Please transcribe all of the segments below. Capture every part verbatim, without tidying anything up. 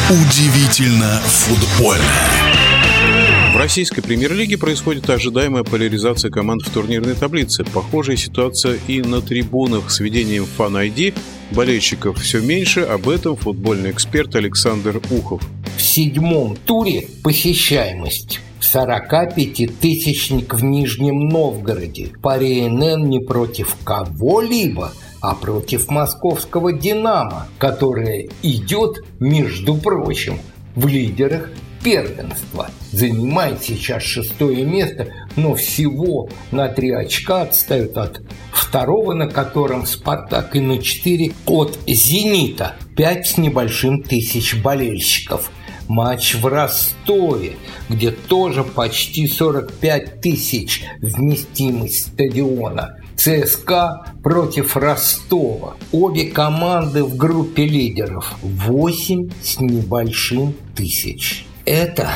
Удивительно футбольно. В российской премьер-лиге происходит ожидаемая поляризация команд в турнирной таблице. Похожая ситуация и на трибунах с введением Fan-ай ди. Болельщиков все меньше. Об этом футбольный эксперт Александр Ухов. В седьмом туре посещаемость сорокапятитысячник в Нижнем Новгороде. Пари эн эн не против кого-либо, а против московского «Динамо», которое идет, между прочим, в лидерах первенства. Занимает сейчас шестое место, но всего на три очка отстает от второго, на котором «Спартак», и на четыре от «Зенита». Пять с небольшим тысяч болельщиков. Матч в Ростове, где тоже почти сорок пять тысяч вместимость стадиона. ЦСКА против Ростова. Обе команды в группе лидеров. восемь с небольшим тысяч. Это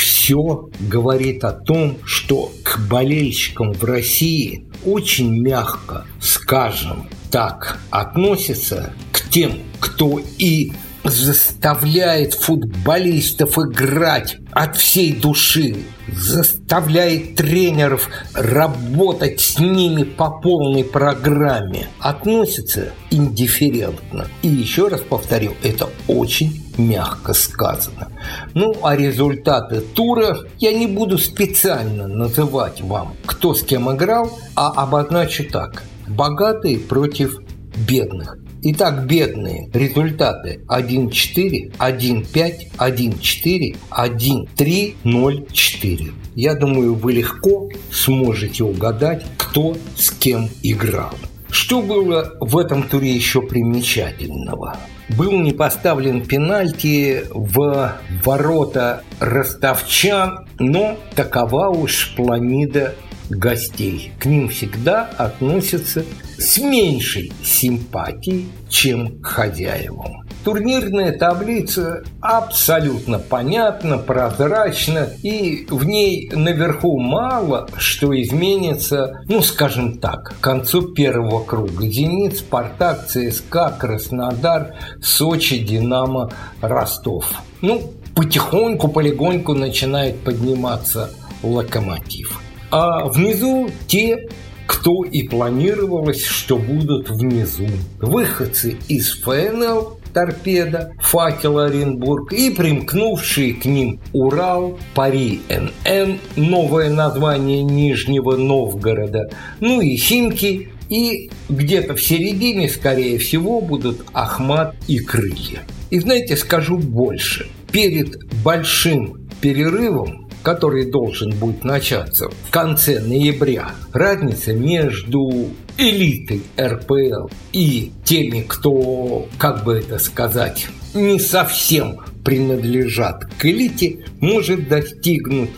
все говорит о том, что к болельщикам в России очень мягко, скажем так, относятся, к тем, кто и заставляет футболистов играть от всей души, заставляет тренеров работать с ними по полной программе, относятся индифферентно. И еще раз повторю, это очень мягко сказано. Ну, а результаты тура я не буду специально называть вам, кто с кем играл, а обозначу так: богатые против бедных. Итак, бедные результаты: один четыре, один пять, один четыре, один три, ноль четыре. Я думаю, вы легко сможете угадать, кто с кем играл. Что было в этом туре еще примечательного? Был не поставлен пенальти в ворота ростовчан, но такова уж планида гостей. К ним всегда относятся с меньшей симпатией, чем к хозяевам. Турнирная таблица абсолютно понятна, прозрачна, и в ней наверху мало что изменится, ну, скажем так, к концу первого круга. «Зенит», «Спартак», «ЦСКА», «Краснодар», «Сочи», «Динамо», «Ростов». Ну, потихоньку, полегоньку начинает подниматься «Локомотив». А внизу те, кто и планировалось, что будут внизу. Выходцы из эф эн эл, «Торпедо», «Факел» Оренбург и примкнувшие к ним «Урал», «Пари эн эн», новое название Нижнего Новгорода, ну и «Химки», и где-то в середине, скорее всего, будут «Ахмат» и «Крылья». И знаете, скажу больше. Перед большим перерывом, который должен будет начаться в конце ноября, разница между элитой эр пэ эл и теми, кто, как бы это сказать, не совсем принадлежат к элите, может достигнуть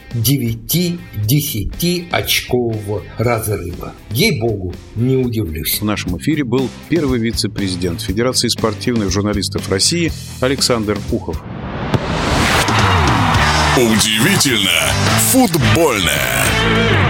девяти-десяти очкового разрыва. Ей-богу, не удивлюсь. В нашем эфире был первый вице-президент Федерации спортивных журналистов России Александр Ухов. Удивительно футбольное.